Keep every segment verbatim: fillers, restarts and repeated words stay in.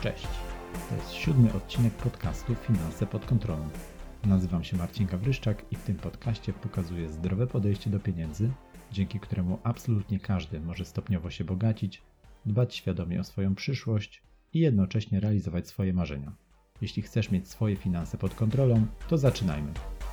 Cześć, to jest siódmy odcinek podcastu Finanse pod kontrolą. Nazywam się Marcin Gawryszczak i w tym podcaście pokazuję zdrowe podejście do pieniędzy, dzięki któremu absolutnie każdy może stopniowo się bogacić, dbać świadomie o swoją przyszłość i jednocześnie realizować swoje marzenia. Jeśli chcesz mieć swoje finanse pod kontrolą, to zaczynajmy.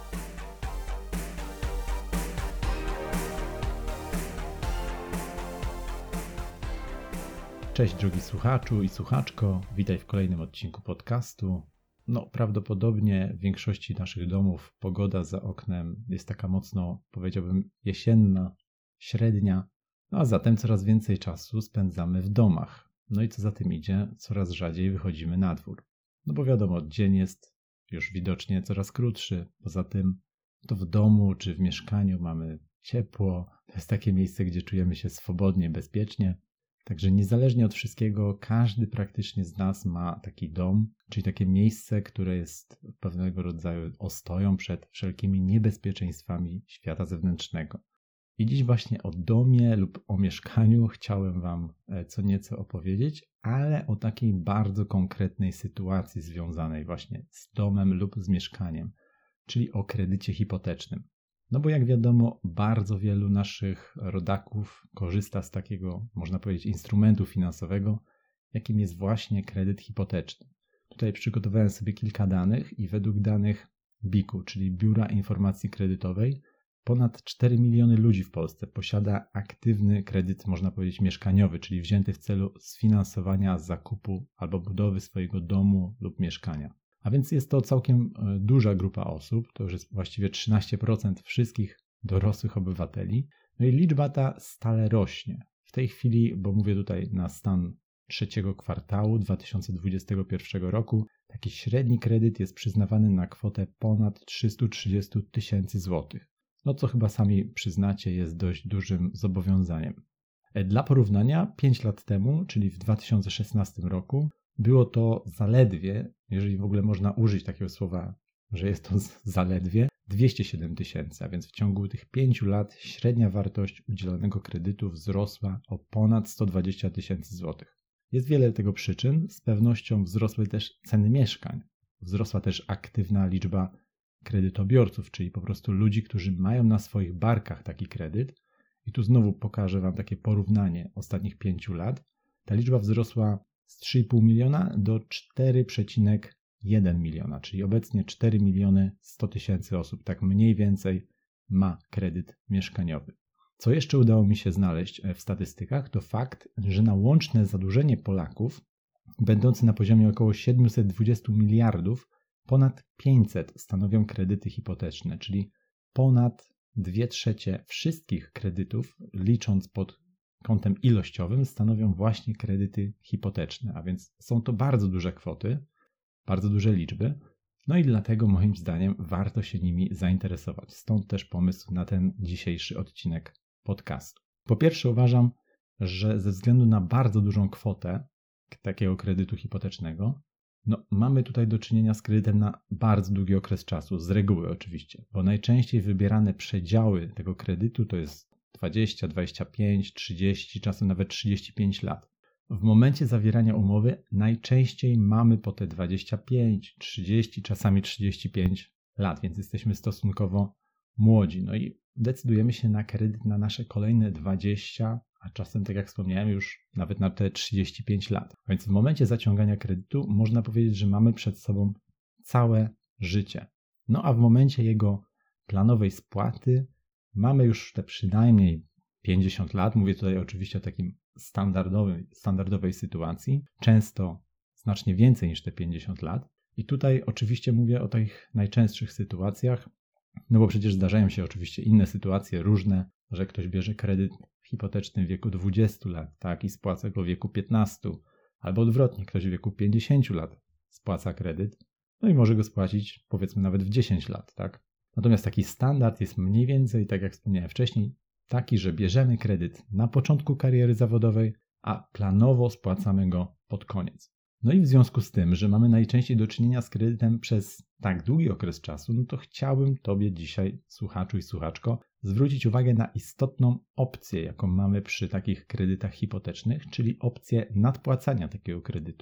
Cześć drogi słuchaczu i słuchaczko, witaj w kolejnym odcinku podcastu. No prawdopodobnie w większości naszych domów pogoda za oknem jest taka mocno, powiedziałbym, jesienna, średnia, no a zatem coraz więcej czasu spędzamy w domach. No i co za tym idzie, coraz rzadziej wychodzimy na dwór. No bo wiadomo, dzień jest już widocznie coraz krótszy, poza tym to w domu czy w mieszkaniu mamy ciepło, to jest takie miejsce, gdzie czujemy się swobodnie, bezpiecznie. Także niezależnie od wszystkiego, każdy praktycznie z nas ma taki dom, czyli takie miejsce, które jest pewnego rodzaju ostoją przed wszelkimi niebezpieczeństwami świata zewnętrznego. I dziś właśnie o domie lub o mieszkaniu chciałem Wam co nieco opowiedzieć, ale o takiej bardzo konkretnej sytuacji związanej właśnie z domem lub z mieszkaniem, czyli o kredycie hipotecznym. No bo jak wiadomo, bardzo wielu naszych rodaków korzysta z takiego, można powiedzieć, instrumentu finansowego, jakim jest właśnie kredyt hipoteczny. Tutaj przygotowałem sobie kilka danych i według danych B I K-u, czyli Biura Informacji Kredytowej, ponad cztery miliony ludzi w Polsce posiada aktywny kredyt, można powiedzieć, mieszkaniowy, czyli wzięty w celu sfinansowania zakupu albo budowy swojego domu lub mieszkania. A więc jest to całkiem duża grupa osób, to już jest właściwie trzynaście procent wszystkich dorosłych obywateli. No i liczba ta stale rośnie. W tej chwili, bo mówię tutaj na stan trzeciego kwartału dwa tysiące dwudziestego pierwszego roku, taki średni kredyt jest przyznawany na kwotę ponad trzysta trzydzieści tysięcy złotych. No co chyba sami przyznacie, jest dość dużym zobowiązaniem. Dla porównania, pięć lat temu, czyli w dwa tysiące szesnastym roku, było to zaledwie, jeżeli w ogóle można użyć takiego słowa, że jest to zaledwie, dwieście siedem tysięcy, a więc w ciągu tych pięciu lat średnia wartość udzielonego kredytu wzrosła o ponad sto dwadzieścia tysięcy złotych. Jest wiele tego przyczyn, z pewnością wzrosły też ceny mieszkań, wzrosła też aktywna liczba kredytobiorców, czyli po prostu ludzi, którzy mają na swoich barkach taki kredyt. I tu znowu pokażę Wam takie porównanie ostatnich pięciu lat. Ta liczba wzrosła z trzy i pół miliona do cztery przecinek jeden miliona, czyli obecnie cztery miliony sto tysięcy osób, tak mniej więcej ma kredyt mieszkaniowy. Co jeszcze udało mi się znaleźć w statystykach, to fakt, że na łączne zadłużenie Polaków, będące na poziomie około siedemset dwadzieścia miliardów, ponad pięćset stanowią kredyty hipoteczne, czyli ponad dwie trzecie wszystkich kredytów, licząc pod kątem ilościowym, stanowią właśnie kredyty hipoteczne, a więc są to bardzo duże kwoty, bardzo duże liczby, no i dlatego moim zdaniem warto się nimi zainteresować. Stąd też pomysł na ten dzisiejszy odcinek podcastu. Po pierwsze uważam, że ze względu na bardzo dużą kwotę takiego kredytu hipotecznego, no mamy tutaj do czynienia z kredytem na bardzo długi okres czasu, z reguły oczywiście, bo najczęściej wybierane przedziały tego kredytu to jest dwadzieścia, dwadzieścia pięć, trzydzieści, czasem nawet trzydzieści pięć lat. W momencie zawierania umowy najczęściej mamy po te dwadzieścia pięć, trzydzieści, czasami trzydzieści pięć lat, więc jesteśmy stosunkowo młodzi. No i decydujemy się na kredyt na nasze kolejne dwadzieścia, a czasem, tak jak wspomniałem, już nawet na te trzydzieści pięć lat. Więc w momencie zaciągania kredytu można powiedzieć, że mamy przed sobą całe życie. No a w momencie jego planowej spłaty mamy już te przynajmniej pięćdziesiąt lat, mówię tutaj oczywiście o takim standardowej, standardowej sytuacji, często znacznie więcej niż te pięćdziesiąt lat. I tutaj oczywiście mówię o tych najczęstszych sytuacjach, no bo przecież zdarzają się oczywiście inne sytuacje różne, że ktoś bierze kredyt hipoteczny w wieku dwudziestu lat, tak, i spłaca go w wieku piętnastu, albo odwrotnie, ktoś w wieku pięćdziesięciu lat spłaca kredyt, no i może go spłacić powiedzmy nawet w dziesięć lat, tak. Natomiast taki standard jest mniej więcej, tak jak wspomniałem wcześniej, taki, że bierzemy kredyt na początku kariery zawodowej, a planowo spłacamy go pod koniec. No i w związku z tym, że mamy najczęściej do czynienia z kredytem przez tak długi okres czasu, no to chciałbym Tobie dzisiaj, słuchaczu i słuchaczko, zwrócić uwagę na istotną opcję, jaką mamy przy takich kredytach hipotecznych, czyli opcję nadpłacania takiego kredytu.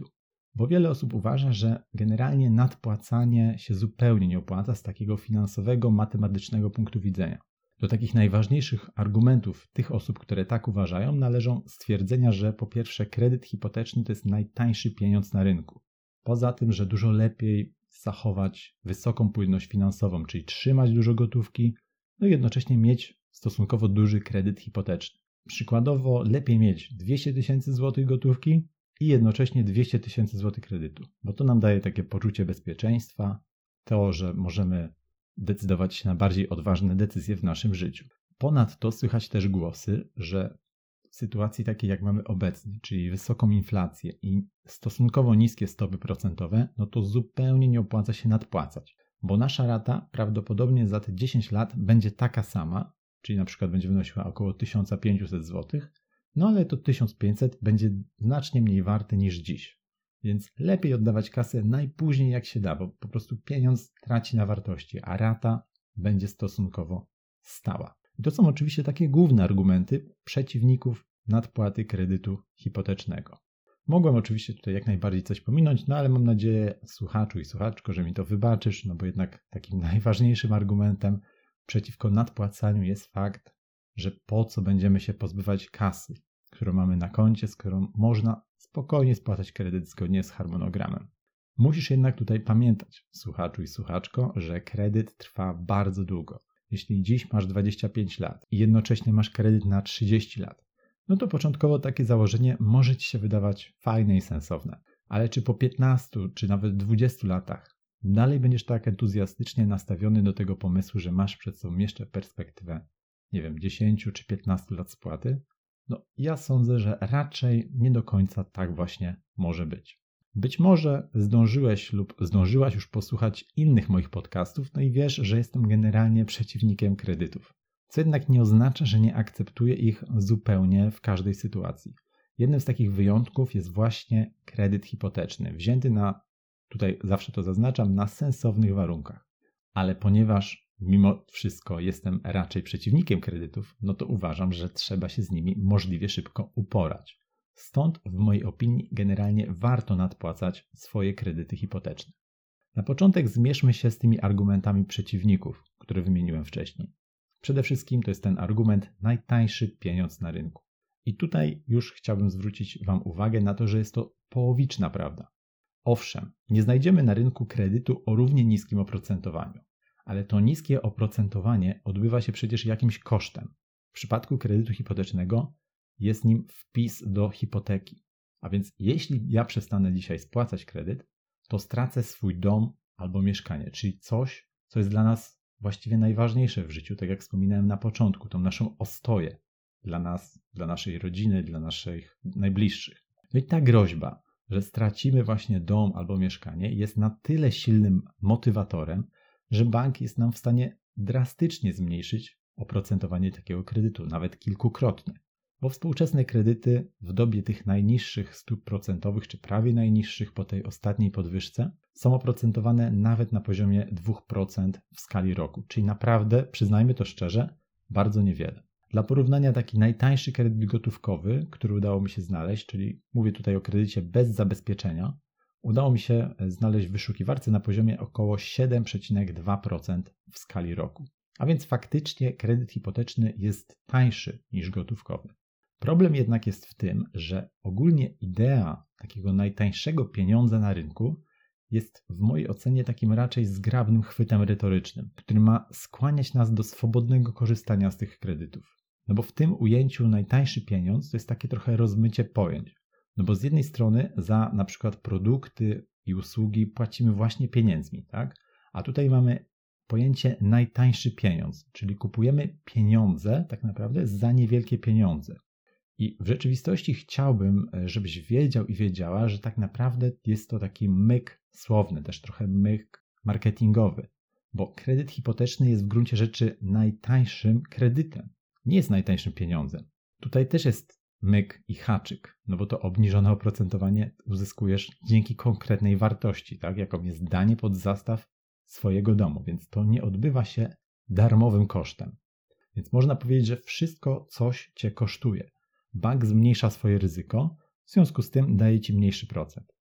Bo wiele osób uważa, że generalnie nadpłacanie się zupełnie nie opłaca z takiego finansowego, matematycznego punktu widzenia. Do takich najważniejszych argumentów tych osób, które tak uważają, należą stwierdzenia, że po pierwsze kredyt hipoteczny to jest najtańszy pieniądz na rynku. Poza tym, że dużo lepiej zachować wysoką płynność finansową, czyli trzymać dużo gotówki, no i jednocześnie mieć stosunkowo duży kredyt hipoteczny. Przykładowo lepiej mieć dwieście tysięcy złotych gotówki i jednocześnie dwieście tysięcy złotych kredytu, bo to nam daje takie poczucie bezpieczeństwa, to, że możemy decydować się na bardziej odważne decyzje w naszym życiu. Ponadto słychać też głosy, że w sytuacji takiej jak mamy obecnie, czyli wysoką inflację i stosunkowo niskie stopy procentowe, no to zupełnie nie opłaca się nadpłacać, bo nasza rata prawdopodobnie za te dziesięć lat będzie taka sama, czyli na przykład będzie wynosiła około tysiąc pięćset złotych, no ale to tysiąc pięćset będzie znacznie mniej warte niż dziś. Więc lepiej oddawać kasę najpóźniej jak się da, bo po prostu pieniądz traci na wartości, a rata będzie stosunkowo stała. I to są oczywiście takie główne argumenty przeciwników nadpłaty kredytu hipotecznego. Mogłem oczywiście tutaj jak najbardziej coś pominąć, no ale mam nadzieję, słuchaczu i słuchaczko, że mi to wybaczysz, no bo jednak takim najważniejszym argumentem przeciwko nadpłacaniu jest fakt, że po co będziemy się pozbywać kasy, którą mamy na koncie, z którą można spokojnie spłacać kredyt zgodnie z harmonogramem. Musisz jednak tutaj pamiętać, słuchaczu i słuchaczko, że kredyt trwa bardzo długo. Jeśli dziś masz dwadzieścia pięć lat i jednocześnie masz kredyt na trzydzieści lat, no to początkowo takie założenie może Ci się wydawać fajne i sensowne. Ale czy po piętnastu czy nawet dwudziestu latach dalej będziesz tak entuzjastycznie nastawiony do tego pomysłu, że masz przed sobą jeszcze perspektywę, nie wiem, dziesięciu czy piętnastu lat spłaty? No ja sądzę, że raczej nie do końca tak właśnie może być. Być może zdążyłeś lub zdążyłaś już posłuchać innych moich podcastów, no i wiesz, że jestem generalnie przeciwnikiem kredytów. Co jednak nie oznacza, że nie akceptuję ich zupełnie w każdej sytuacji. Jednym z takich wyjątków jest właśnie kredyt hipoteczny, wzięty na, tutaj zawsze to zaznaczam, na sensownych warunkach. Ale ponieważ mimo wszystko jestem raczej przeciwnikiem kredytów, no to uważam, że trzeba się z nimi możliwie szybko uporać. Stąd w mojej opinii generalnie warto nadpłacać swoje kredyty hipoteczne. Na początek zmierzmy się z tymi argumentami przeciwników, które wymieniłem wcześniej. Przede wszystkim to jest ten argument najtańszy pieniądz na rynku. I tutaj już chciałbym zwrócić Wam uwagę na to, że jest to połowiczna prawda. Owszem, nie znajdziemy na rynku kredytu o równie niskim oprocentowaniu, ale to niskie oprocentowanie odbywa się przecież jakimś kosztem. W przypadku kredytu hipotecznego jest nim wpis do hipoteki. A więc jeśli ja przestanę dzisiaj spłacać kredyt, to stracę swój dom albo mieszkanie, czyli coś, co jest dla nas właściwie najważniejsze w życiu, tak jak wspominałem na początku, tą naszą ostoję dla nas, dla naszej rodziny, dla naszych najbliższych. No i ta groźba, że stracimy właśnie dom albo mieszkanie, jest na tyle silnym motywatorem, że bank jest nam w stanie drastycznie zmniejszyć oprocentowanie takiego kredytu, nawet kilkukrotnie. Bo współczesne kredyty w dobie tych najniższych stóp procentowych, czy prawie najniższych po tej ostatniej podwyżce, są oprocentowane nawet na poziomie dwa procent w skali roku. Czyli naprawdę, przyznajmy to szczerze, bardzo niewiele. Dla porównania taki najtańszy kredyt gotówkowy, który udało mi się znaleźć, czyli mówię tutaj o kredycie bez zabezpieczenia, udało mi się znaleźć w wyszukiwarce na poziomie około siedem przecinek dwa procent w skali roku. A więc faktycznie kredyt hipoteczny jest tańszy niż gotówkowy. Problem jednak jest w tym, że ogólnie idea takiego najtańszego pieniądza na rynku jest w mojej ocenie takim raczej zgrabnym chwytem retorycznym, który ma skłaniać nas do swobodnego korzystania z tych kredytów. No bo w tym ujęciu najtańszy pieniądz to jest takie trochę rozmycie pojęć. No bo z jednej strony za na przykład produkty i usługi płacimy właśnie pieniędzmi, tak? A tutaj mamy pojęcie najtańszy pieniądz, czyli kupujemy pieniądze tak naprawdę za niewielkie pieniądze. I w rzeczywistości chciałbym, żebyś wiedział i wiedziała, że tak naprawdę jest to taki myk słowny, też trochę myk marketingowy, bo kredyt hipoteczny jest w gruncie rzeczy najtańszym kredytem, nie jest najtańszym pieniądzem. Tutaj też jest myk i haczyk, no bo to obniżone oprocentowanie uzyskujesz dzięki konkretnej wartości, tak, jaką jest danie pod zastaw swojego domu, więc to nie odbywa się darmowym kosztem. Więc można powiedzieć, że wszystko coś Cię kosztuje. Bank zmniejsza swoje ryzyko, w związku z tym daje Ci mniejszy procent.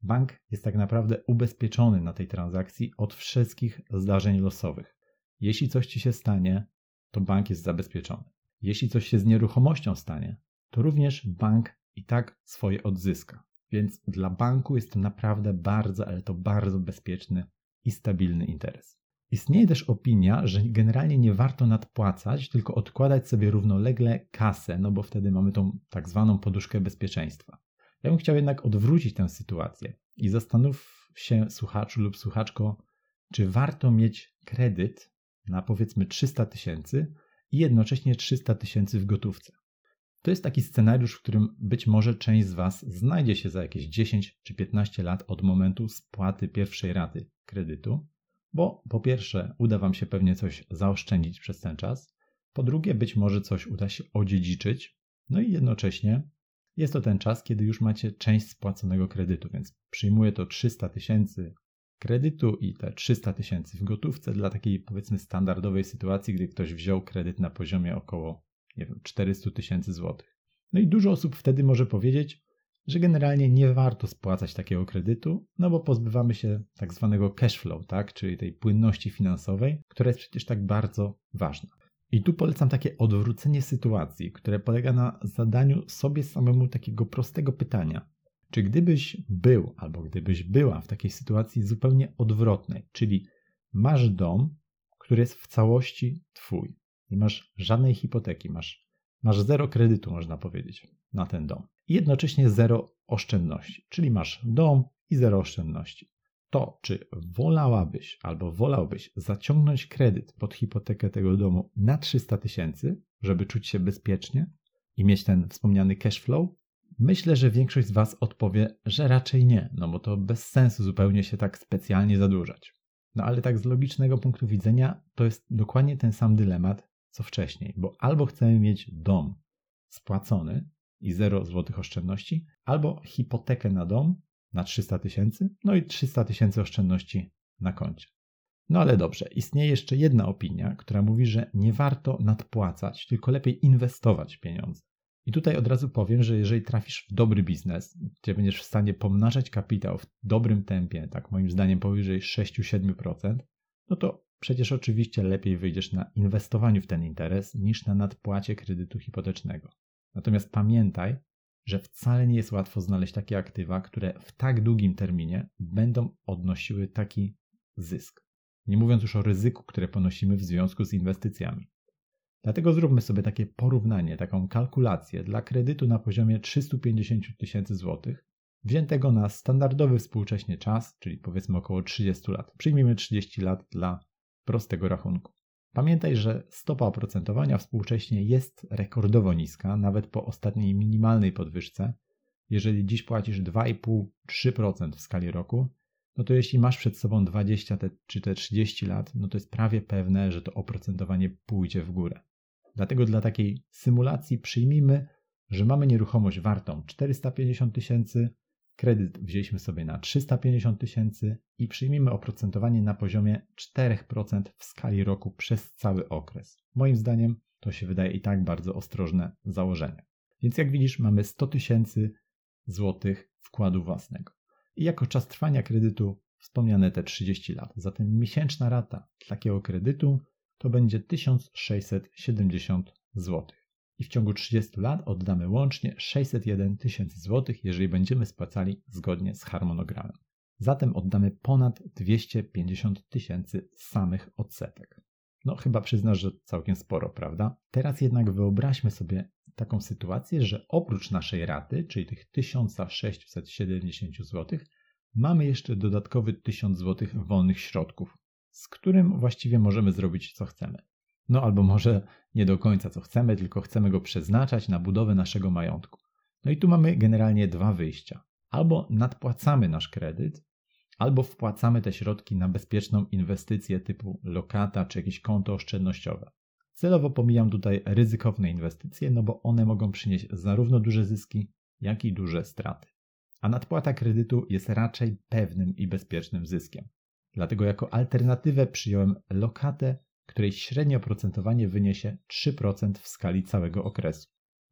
bank jest tak naprawdę ubezpieczony na tej transakcji od wszystkich zdarzeń losowych. Jeśli coś Ci się stanie, to bank jest zabezpieczony. Jeśli coś się z nieruchomością stanie, to również bank i tak swoje odzyska. Więc dla banku jest to naprawdę bardzo, ale to bardzo bezpieczny i stabilny interes. Istnieje też opinia, że generalnie nie warto nadpłacać, tylko odkładać sobie równolegle kasę, no bo wtedy mamy tą tak zwaną poduszkę bezpieczeństwa. Ja bym chciał jednak odwrócić tę sytuację i zastanów się, słuchaczu lub słuchaczko, czy warto mieć kredyt na powiedzmy trzysta tysięcy i jednocześnie trzysta tysięcy w gotówce. To jest taki scenariusz, w którym być może część z Was znajdzie się za jakieś dziesięć czy piętnaście lat od momentu spłaty pierwszej raty kredytu, bo po pierwsze uda Wam się pewnie coś zaoszczędzić przez ten czas, po drugie być może coś uda się odziedziczyć, no i jednocześnie jest to ten czas, kiedy już macie część spłaconego kredytu, więc przyjmuję to trzysta tysięcy kredytu i te trzysta tysięcy w gotówce dla takiej powiedzmy standardowej sytuacji, gdy ktoś wziął kredyt na poziomie około nie wiem, czterysta tysięcy złotych. No i dużo osób wtedy może powiedzieć, że generalnie nie warto spłacać takiego kredytu, no bo pozbywamy się tak zwanego cash flow, tak? Czyli tej płynności finansowej, która jest przecież tak bardzo ważna. I tu polecam takie odwrócenie sytuacji, które polega na zadaniu sobie samemu takiego prostego pytania. Czy gdybyś był albo gdybyś była w takiej sytuacji zupełnie odwrotnej, czyli masz dom, który jest w całości twój, nie masz żadnej hipoteki, masz, masz zero kredytu, można powiedzieć, na ten dom i jednocześnie zero oszczędności, czyli masz dom i zero oszczędności. To, czy wolałabyś albo wolałbyś zaciągnąć kredyt pod hipotekę tego domu na trzysta tysięcy, żeby czuć się bezpiecznie i mieć ten wspomniany cash flow? Myślę, że większość z Was odpowie, że raczej nie, no bo to bez sensu zupełnie się tak specjalnie zadłużać. No ale tak z logicznego punktu widzenia to jest dokładnie ten sam dylemat, co wcześniej, bo albo chcemy mieć dom spłacony i zero złotych oszczędności, albo hipotekę na dom na trzysta tysięcy, no i trzysta tysięcy oszczędności na koncie. No ale dobrze, istnieje jeszcze jedna opinia, która mówi, że nie warto nadpłacać, tylko lepiej inwestować pieniądze. I tutaj od razu powiem, że jeżeli trafisz w dobry biznes, gdzie będziesz w stanie pomnażać kapitał w dobrym tempie, tak moim zdaniem powyżej sześć do siedmiu procent, no to przecież oczywiście lepiej wyjdziesz na inwestowaniu w ten interes niż na nadpłacie kredytu hipotecznego. Natomiast pamiętaj, że wcale nie jest łatwo znaleźć takie aktywa, które w tak długim terminie będą odnosiły taki zysk. Nie mówiąc już o ryzyku, które ponosimy w związku z inwestycjami. Dlatego zróbmy sobie takie porównanie, taką kalkulację dla kredytu na poziomie trzysta pięćdziesiąt tysięcy złotych, wziętego na standardowy współcześnie czas, czyli powiedzmy około trzydzieści lat. Przyjmijmy trzydzieści lat dla prostego rachunku. Pamiętaj, że stopa oprocentowania współcześnie jest rekordowo niska, nawet po ostatniej minimalnej podwyżce. Jeżeli dziś płacisz dwa i pół do trzech procent w skali roku, no to jeśli masz przed sobą dwadzieścia czy te trzydzieści lat, no to jest prawie pewne, że to oprocentowanie pójdzie w górę. Dlatego dla takiej symulacji przyjmijmy, że mamy nieruchomość wartą czterysta pięćdziesiąt tysięcy, kredyt wzięliśmy sobie na trzysta pięćdziesiąt tysięcy i przyjmijmy oprocentowanie na poziomie cztery procent w skali roku przez cały okres. Moim zdaniem to się wydaje i tak bardzo ostrożne założenie. Więc jak widzisz, mamy sto tysięcy złotych wkładu własnego. I jako czas trwania kredytu wspomniane te trzydzieści lat. Zatem miesięczna rata takiego kredytu to będzie tysiąc sześćset siedemdziesiąt złotych. I w ciągu trzydziestu lat oddamy łącznie sześćset jeden tysięcy złotych, jeżeli będziemy spłacali zgodnie z harmonogramem. Zatem oddamy ponad dwieście pięćdziesiąt tysięcy samych odsetek. No chyba przyznasz, że całkiem sporo, prawda? Teraz jednak wyobraźmy sobie taką sytuację, że oprócz naszej raty, czyli tych tysiąc sześćset siedemdziesiąt złotych, mamy jeszcze dodatkowy tysiąc złotych wolnych środków, z którym właściwie możemy zrobić co chcemy. No albo może nie do końca co chcemy, tylko chcemy go przeznaczać na budowę naszego majątku. No i tu mamy generalnie dwa wyjścia. Albo nadpłacamy nasz kredyt, albo wpłacamy te środki na bezpieczną inwestycję typu lokata czy jakieś konto oszczędnościowe. Celowo pomijam tutaj ryzykowne inwestycje, no bo one mogą przynieść zarówno duże zyski, jak i duże straty. A nadpłata kredytu jest raczej pewnym i bezpiecznym zyskiem. Dlatego jako alternatywę przyjąłem lokatę, której średnie oprocentowanie wyniesie trzy procent w skali całego okresu.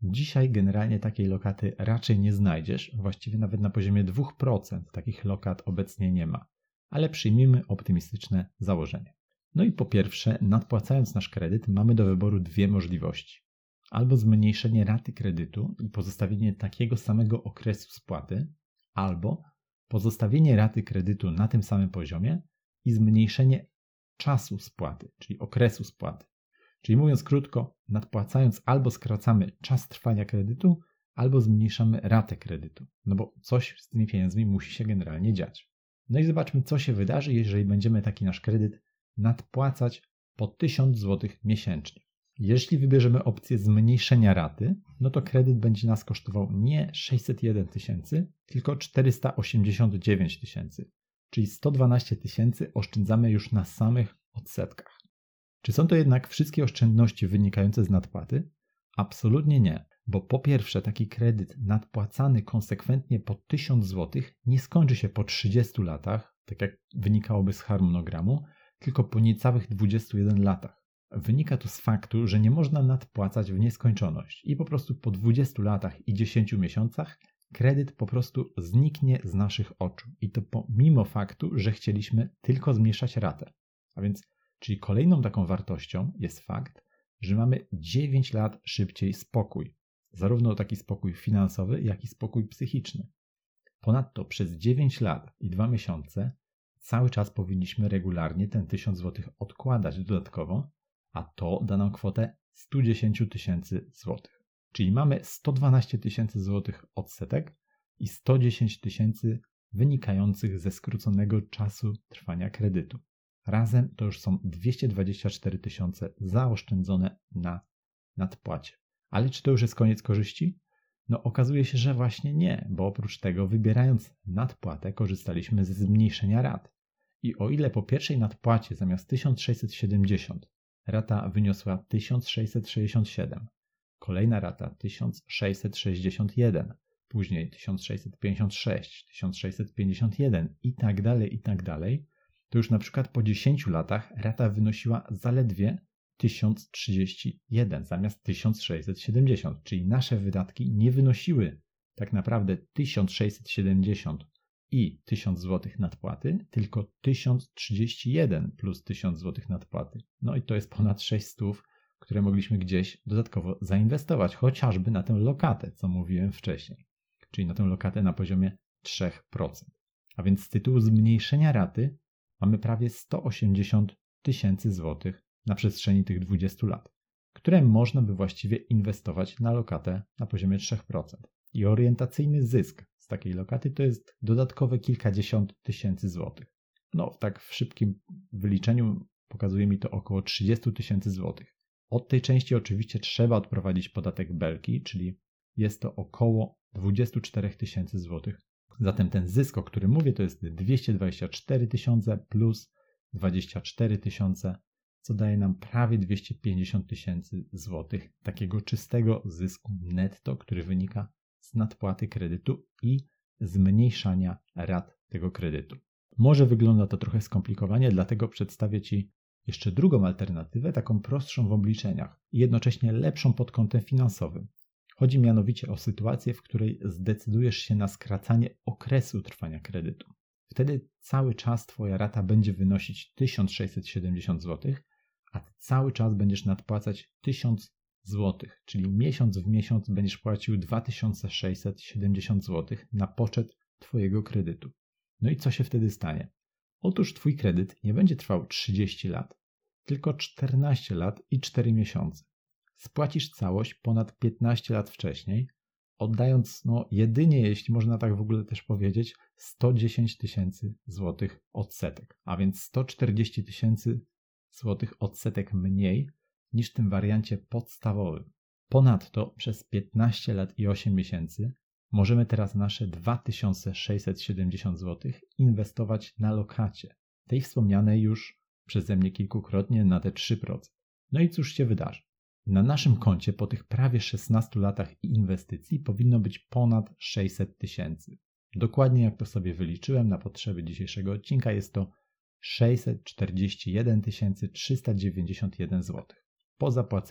Dzisiaj generalnie takiej lokaty raczej nie znajdziesz, właściwie nawet na poziomie dwa procent takich lokat obecnie nie ma, ale przyjmijmy optymistyczne założenie. No i po pierwsze, nadpłacając nasz kredyt, mamy do wyboru dwie możliwości. Albo zmniejszenie raty kredytu i pozostawienie takiego samego okresu spłaty, albo pozostawienie raty kredytu na tym samym poziomie i zmniejszenie czasu spłaty, czyli okresu spłaty. Czyli mówiąc krótko, nadpłacając albo skracamy czas trwania kredytu, albo zmniejszamy ratę kredytu, no bo coś z tymi pieniędzmi musi się generalnie dziać. No i zobaczmy, co się wydarzy, jeżeli będziemy taki nasz kredyt nadpłacać po tysiąc złotych miesięcznie. Jeśli wybierzemy opcję zmniejszenia raty, no to kredyt będzie nas kosztował nie sześćset jeden tysięcy, tylko czterysta osiemdziesiąt dziewięć tysięcy, czyli sto dwanaście tysięcy oszczędzamy już na samych odsetkach. Czy są to jednak wszystkie oszczędności wynikające z nadpłaty? Absolutnie nie, bo po pierwsze taki kredyt nadpłacany konsekwentnie po tysiąc złotych nie skończy się po trzydziestu latach, tak jak wynikałoby z harmonogramu, tylko po niecałych dwudziestu jeden latach. Wynika to z faktu, że nie można nadpłacać w nieskończoność i po prostu po dwudziestu latach i dziesięciu miesiącach kredyt po prostu zniknie z naszych oczu i to pomimo faktu, że chcieliśmy tylko zmniejszać ratę. A więc, czyli kolejną taką wartością jest fakt, że mamy dziewięć lat szybciej spokój. Zarówno taki spokój finansowy, jak i spokój psychiczny. Ponadto przez dziewięć lat i dwa miesiące cały czas powinniśmy regularnie ten tysiąc złotych odkładać dodatkowo, a to da nam kwotę sto dziesięć tysięcy złotych. Czyli mamy sto dwanaście tysięcy złotych odsetek i sto dziesięć tysięcy wynikających ze skróconego czasu trwania kredytu. Razem to już są dwieście dwadzieścia cztery tysiące zaoszczędzone na nadpłacie. Ale czy to już jest koniec korzyści? No okazuje się, że właśnie nie, bo oprócz tego wybierając nadpłatę korzystaliśmy ze zmniejszenia rat. I o ile po pierwszej nadpłacie zamiast tysiąc sześćset siedemdziesiąt rata wyniosła tysiąc sześćset sześćdziesiąt siedem, kolejna rata tysiąc sześćset sześćdziesiąt jeden, później tysiąc sześćset pięćdziesiąt sześć, tysiąc sześćset pięćdziesiąt jeden i tak dalej, i tak dalej, to już na przykład po dziesięciu latach rata wynosiła zaledwie tysiąc trzydzieści jeden zamiast tysiąc sześćset siedemdziesiąt, czyli nasze wydatki nie wynosiły tak naprawdę tysiąc sześćset siedemdziesiąt i tysiąc złotych nadpłaty, tylko tysiąc trzydzieści jeden plus tysiąc złotych nadpłaty. No i to jest ponad sześćset, które mogliśmy gdzieś dodatkowo zainwestować, chociażby na tę lokatę, co mówiłem wcześniej, czyli na tę lokatę na poziomie trzy procent. A więc z tytułu zmniejszenia raty mamy prawie sto osiemdziesiąt tysięcy złotych na przestrzeni tych dwudziestu lat, które można by właściwie inwestować na lokatę na poziomie trzy procent. I orientacyjny zysk z takiej lokaty to jest dodatkowe kilkadziesiąt tysięcy złotych. No, tak w szybkim wyliczeniu pokazuje mi to około trzydzieści tysięcy złotych. Od tej części oczywiście trzeba odprowadzić podatek Belki, czyli jest to około dwadzieścia cztery tysiące złotych. Zatem ten zysk, o którym mówię, to jest dwieście dwadzieścia cztery tysiące plus dwadzieścia cztery tysiące, co daje nam prawie dwieście pięćdziesiąt tysięcy złotych takiego czystego zysku netto, który wynika z nadpłaty kredytu i zmniejszania rat tego kredytu. Może wygląda to trochę skomplikowanie, dlatego przedstawię Ci jeszcze drugą alternatywę, taką prostszą w obliczeniach i jednocześnie lepszą pod kątem finansowym. Chodzi mianowicie o sytuację, w której zdecydujesz się na skracanie okresu trwania kredytu. Wtedy cały czas Twoja rata będzie wynosić tysiąc sześćset siedemdziesiąt złotych, a Ty cały czas będziesz nadpłacać tysiąc złotych, czyli miesiąc w miesiąc będziesz płacił dwa tysiące sześćset siedemdziesiąt złotych na poczet Twojego kredytu. No i co się wtedy stanie? Otóż Twój kredyt nie będzie trwał trzydzieści lat, tylko czternaście lat i cztery miesiące. Spłacisz całość ponad piętnaście lat wcześniej, oddając no jedynie, jeśli można tak w ogóle też powiedzieć, sto dziesięć tysięcy złotych odsetek, a więc sto czterdzieści tysięcy złotych odsetek mniej niż w tym wariancie podstawowym. Ponadto przez piętnaście lat i osiem miesięcy możemy teraz nasze dwa tysiące sześćset siedemdziesiąt złotych inwestować na lokacie, tej wspomnianej już przeze mnie kilkukrotnie na te trzy procent. No i cóż się wydarzy? Na naszym koncie po tych prawie szesnastu latach i inwestycji powinno być ponad sześćset tysięcy. Dokładnie jak to sobie wyliczyłem na potrzeby dzisiejszego odcinka, jest to sześćset czterdzieści jeden tysięcy trzysta dziewięćdziesiąt jeden złotych po zapłaceniu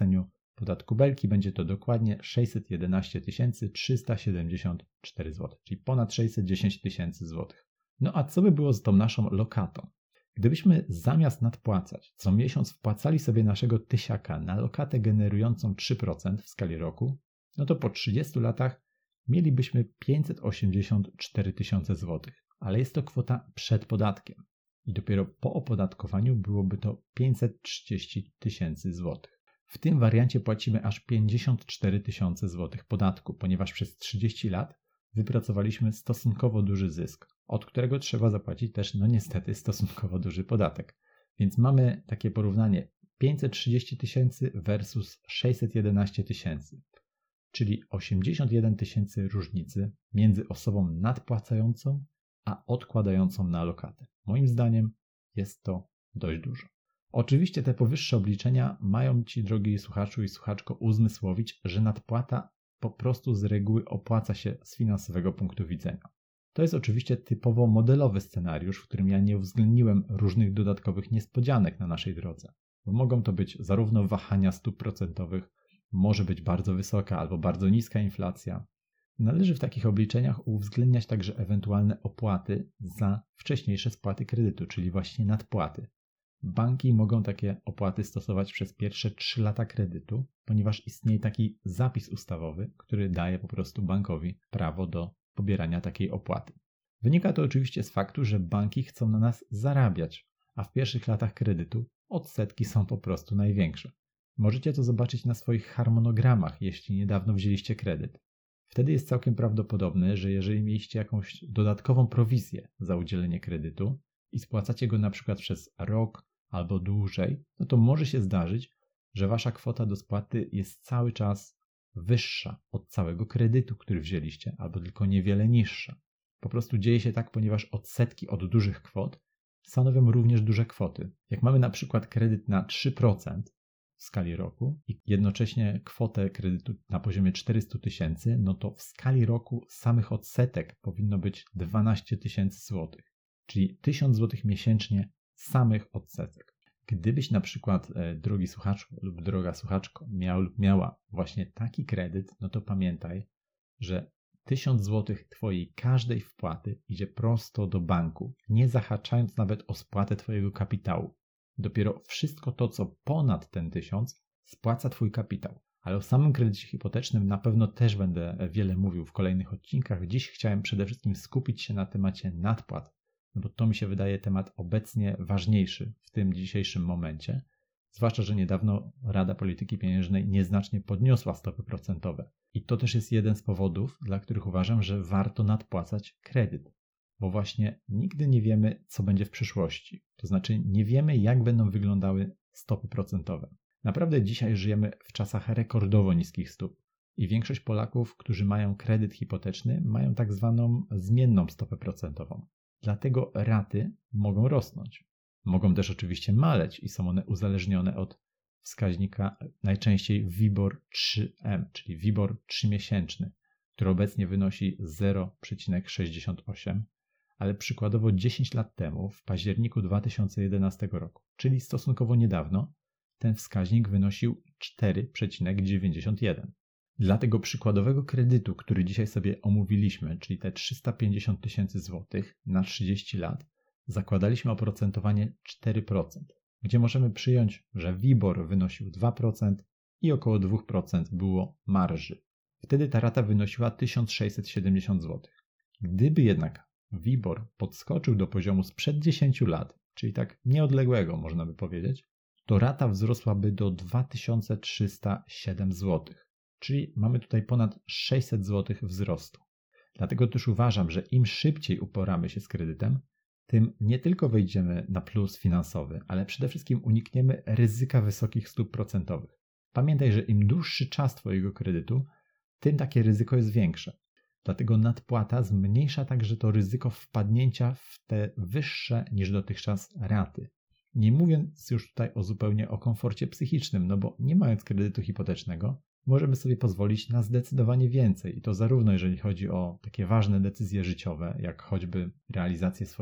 podatku Belki będzie to dokładnie sześćset jedenaście tysięcy trzysta siedemdziesiąt cztery złote, czyli ponad sześćset dziesięć tysięcy złotych. No a co by było z tą naszą lokatą? Gdybyśmy zamiast nadpłacać co miesiąc wpłacali sobie naszego tysiaka na lokatę generującą trzy procent w skali roku, no to po trzydziestu latach mielibyśmy pięćset osiemdziesiąt cztery tysiące złotych, ale jest to kwota przed podatkiem i dopiero po opodatkowaniu byłoby to pięćset trzydzieści tysięcy złotych. W tym wariancie płacimy aż pięćdziesiąt cztery tysiące złotych podatku, ponieważ przez trzydzieści lat wypracowaliśmy stosunkowo duży zysk, od którego trzeba zapłacić też, no niestety, stosunkowo duży podatek. Więc mamy takie porównanie pięćset trzydzieści tysięcy versus sześćset jedenaście tysięcy, czyli osiemdziesiąt jeden tysięcy różnicy między osobą nadpłacającą a odkładającą na lokatę. Moim zdaniem jest to dość dużo. Oczywiście te powyższe obliczenia mają Ci, drogi słuchaczu i słuchaczko, uzmysłowić, że nadpłata po prostu z reguły opłaca się z finansowego punktu widzenia. To jest oczywiście typowo modelowy scenariusz, w którym ja nie uwzględniłem różnych dodatkowych niespodzianek na naszej drodze, bo mogą to być zarówno wahania stóp procentowych, może być bardzo wysoka albo bardzo niska inflacja. Należy w takich obliczeniach uwzględniać także ewentualne opłaty za wcześniejsze spłaty kredytu, czyli właśnie nadpłaty. Banki mogą takie opłaty stosować przez pierwsze trzy lata kredytu, ponieważ istnieje taki zapis ustawowy, który daje po prostu bankowi prawo do pobierania takiej opłaty. Wynika to oczywiście z faktu, że banki chcą na nas zarabiać, a w pierwszych latach kredytu odsetki są po prostu największe. Możecie to zobaczyć na swoich harmonogramach, jeśli niedawno wzięliście kredyt. Wtedy jest całkiem prawdopodobne, że jeżeli mieliście jakąś dodatkową prowizję za udzielenie kredytu i spłacacie go na przykład przez rok albo dłużej, no to może się zdarzyć, że wasza kwota do spłaty jest cały czas wyższa od całego kredytu, który wzięliście, albo tylko niewiele niższa. Po prostu dzieje się tak, ponieważ odsetki od dużych kwot stanowią również duże kwoty. Jak mamy na przykład kredyt na trzy procent w skali roku i jednocześnie kwotę kredytu na poziomie czterysta tysięcy, no to w skali roku samych odsetek powinno być dwanaście tysięcy złotych, czyli tysiąc złotych miesięcznie samych odsetek. Gdybyś na przykład, e, drogi słuchaczu lub droga słuchaczko, miał lub miała właśnie taki kredyt, no to pamiętaj, że tysiąc złotych twojej każdej wpłaty idzie prosto do banku, nie zahaczając nawet o spłatę twojego kapitału. Dopiero wszystko to, co ponad ten tysiąc, spłaca twój kapitał. Ale o samym kredycie hipotecznym na pewno też będę wiele mówił w kolejnych odcinkach. Dziś chciałem przede wszystkim skupić się na temacie nadpłat, no bo to mi się wydaje temat obecnie ważniejszy w tym dzisiejszym momencie, zwłaszcza, że niedawno Rada Polityki Pieniężnej nieznacznie podniosła stopy procentowe. I to też jest jeden z powodów, dla których uważam, że warto nadpłacać kredyt, bo właśnie nigdy nie wiemy, co będzie w przyszłości. To znaczy nie wiemy, jak będą wyglądały stopy procentowe. Naprawdę dzisiaj żyjemy w czasach rekordowo niskich stóp i większość Polaków, którzy mają kredyt hipoteczny, mają tak zwaną zmienną stopę procentową. Dlatego raty mogą rosnąć. Mogą też oczywiście maleć i są one uzależnione od wskaźnika najczęściej WIBOR trzy M, czyli WIBOR trzymiesięczny, który obecnie wynosi zero przecinek sześćdziesiąt osiem, ale przykładowo dziesięć lat temu, w październiku dwa tysiące jedenastego roku, czyli stosunkowo niedawno, ten wskaźnik wynosił cztery przecinek dziewięćdziesiąt jeden. Dla tego przykładowego kredytu, który dzisiaj sobie omówiliśmy, czyli te trzysta pięćdziesiąt tysięcy złotych na trzydzieści lat, zakładaliśmy oprocentowanie cztery procent, gdzie możemy przyjąć, że WIBOR wynosił dwa procent i około dwa procent było marży. Wtedy ta rata wynosiła tysiąc sześćset siedemdziesiąt złotych. Gdyby jednak WIBOR podskoczył do poziomu sprzed dziesięciu lat, czyli tak nieodległego można by powiedzieć, to rata wzrosłaby do dwa tysiące trzysta siedem złotych. Czyli mamy tutaj ponad sześćset złotych wzrostu. Dlatego też uważam, że im szybciej uporamy się z kredytem, tym nie tylko wejdziemy na plus finansowy, ale przede wszystkim unikniemy ryzyka wysokich stóp procentowych. Pamiętaj, że im dłuższy czas twojego kredytu, tym takie ryzyko jest większe. Dlatego nadpłata zmniejsza także to ryzyko wpadnięcia w te wyższe niż dotychczas raty. Nie mówiąc już tutaj o zupełnie o komforcie psychicznym, no bo nie mając kredytu hipotecznego, możemy sobie pozwolić na zdecydowanie więcej i to zarówno jeżeli chodzi o takie ważne decyzje życiowe, jak choćby realizację swoich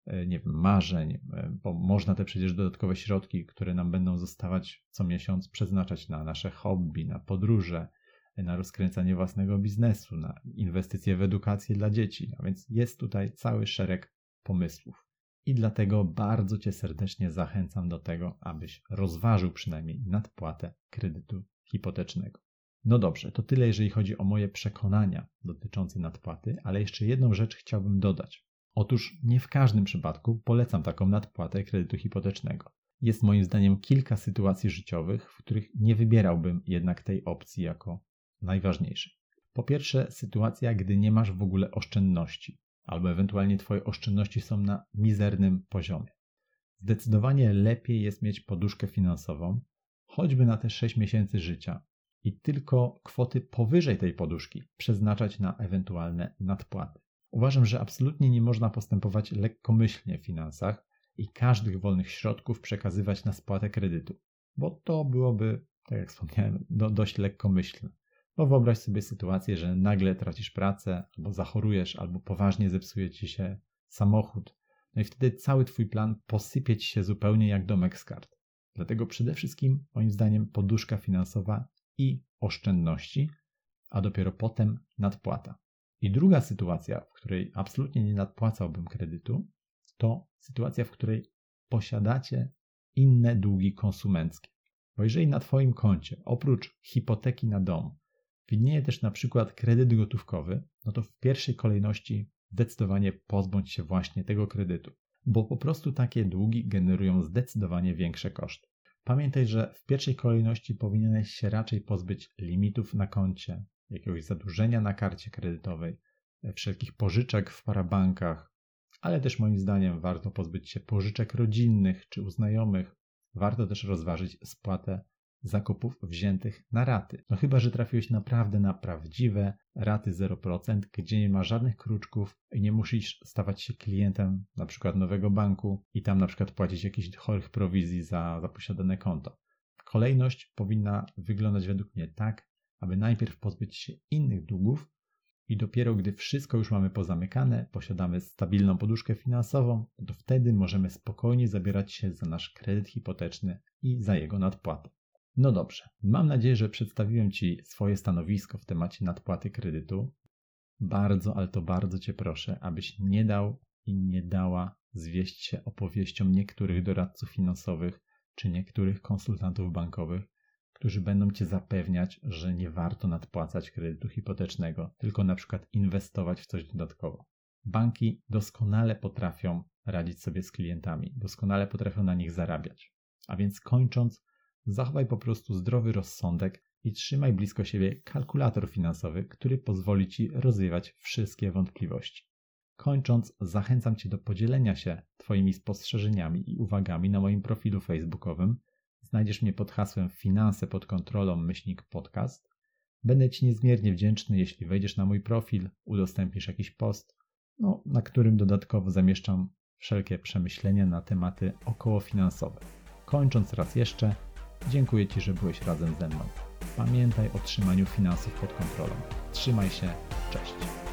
nie wiem, marzeń, bo można te przecież dodatkowe środki, które nam będą zostawać co miesiąc, przeznaczać na nasze hobby, na podróże, na rozkręcanie własnego biznesu, na inwestycje w edukację dla dzieci. A więc jest tutaj cały szereg pomysłów. I dlatego bardzo Cię serdecznie zachęcam do tego, abyś rozważył przynajmniej nadpłatę kredytu hipotecznego. No dobrze, to tyle jeżeli chodzi o moje przekonania dotyczące nadpłaty, ale jeszcze jedną rzecz chciałbym dodać. Otóż nie w każdym przypadku polecam taką nadpłatę kredytu hipotecznego. Jest moim zdaniem kilka sytuacji życiowych, w których nie wybierałbym jednak tej opcji jako najważniejszej. Po pierwsze, sytuacja, gdy nie masz w ogóle oszczędności, albo ewentualnie Twoje oszczędności są na mizernym poziomie. Zdecydowanie lepiej jest mieć poduszkę finansową, choćby na te sześć miesięcy życia i tylko kwoty powyżej tej poduszki przeznaczać na ewentualne nadpłaty. Uważam, że absolutnie nie można postępować lekkomyślnie w finansach i każdych wolnych środków przekazywać na spłatę kredytu, bo to byłoby, tak jak wspomniałem, do, dość lekkomyślne. Bo wyobraź sobie sytuację, że nagle tracisz pracę, albo zachorujesz, albo poważnie zepsuje Ci się samochód, no i wtedy cały Twój plan posypie Ci się zupełnie jak domek z kart. Dlatego przede wszystkim, moim zdaniem, poduszka finansowa i oszczędności, a dopiero potem nadpłata. I druga sytuacja, w której absolutnie nie nadpłacałbym kredytu, to sytuacja, w której posiadacie inne długi konsumenckie. Bo jeżeli na Twoim koncie, oprócz hipoteki na dom, widnieje też na przykład kredyt gotówkowy, no to w pierwszej kolejności zdecydowanie pozbądź się właśnie tego kredytu, bo po prostu takie długi generują zdecydowanie większe koszty. Pamiętaj, że w pierwszej kolejności powinieneś się raczej pozbyć limitów na koncie, jakiegoś zadłużenia na karcie kredytowej, wszelkich pożyczek w parabankach, ale też moim zdaniem warto pozbyć się pożyczek rodzinnych czy u znajomych. Warto też rozważyć spłatę zakupów wziętych na raty. No chyba że trafiłeś naprawdę na prawdziwe raty zero procent, gdzie nie ma żadnych kruczków i nie musisz stawać się klientem na przykład nowego banku i tam na przykład płacić jakichś chorych prowizji za, za posiadane konto. Kolejność powinna wyglądać według mnie tak, aby najpierw pozbyć się innych długów i dopiero gdy wszystko już mamy pozamykane, posiadamy stabilną poduszkę finansową, to wtedy możemy spokojnie zabierać się za nasz kredyt hipoteczny i za jego nadpłatę. No dobrze, mam nadzieję, że przedstawiłem Ci swoje stanowisko w temacie nadpłaty kredytu. Bardzo, ale to bardzo Cię proszę, abyś nie dał i nie dała zwieść się opowieściom niektórych doradców finansowych czy niektórych konsultantów bankowych, którzy będą Cię zapewniać, że nie warto nadpłacać kredytu hipotecznego, tylko na przykład inwestować w coś dodatkowo. Banki doskonale potrafią radzić sobie z klientami, doskonale potrafią na nich zarabiać. A więc kończąc, zachowaj po prostu zdrowy rozsądek i trzymaj blisko siebie kalkulator finansowy, który pozwoli Ci rozwiewać wszystkie wątpliwości. Kończąc, zachęcam Cię do podzielenia się Twoimi spostrzeżeniami i uwagami na moim profilu facebookowym. Znajdziesz mnie pod hasłem Finanse pod kontrolą myślnik podcast. Będę Ci niezmiernie wdzięczny, jeśli wejdziesz na mój profil, udostępnisz jakiś post, no, na którym dodatkowo zamieszczam wszelkie przemyślenia na tematy okołofinansowe. Kończąc raz jeszcze, dziękuję Ci, że byłeś razem ze mną. Pamiętaj o trzymaniu finansów pod kontrolą. Trzymaj się, cześć.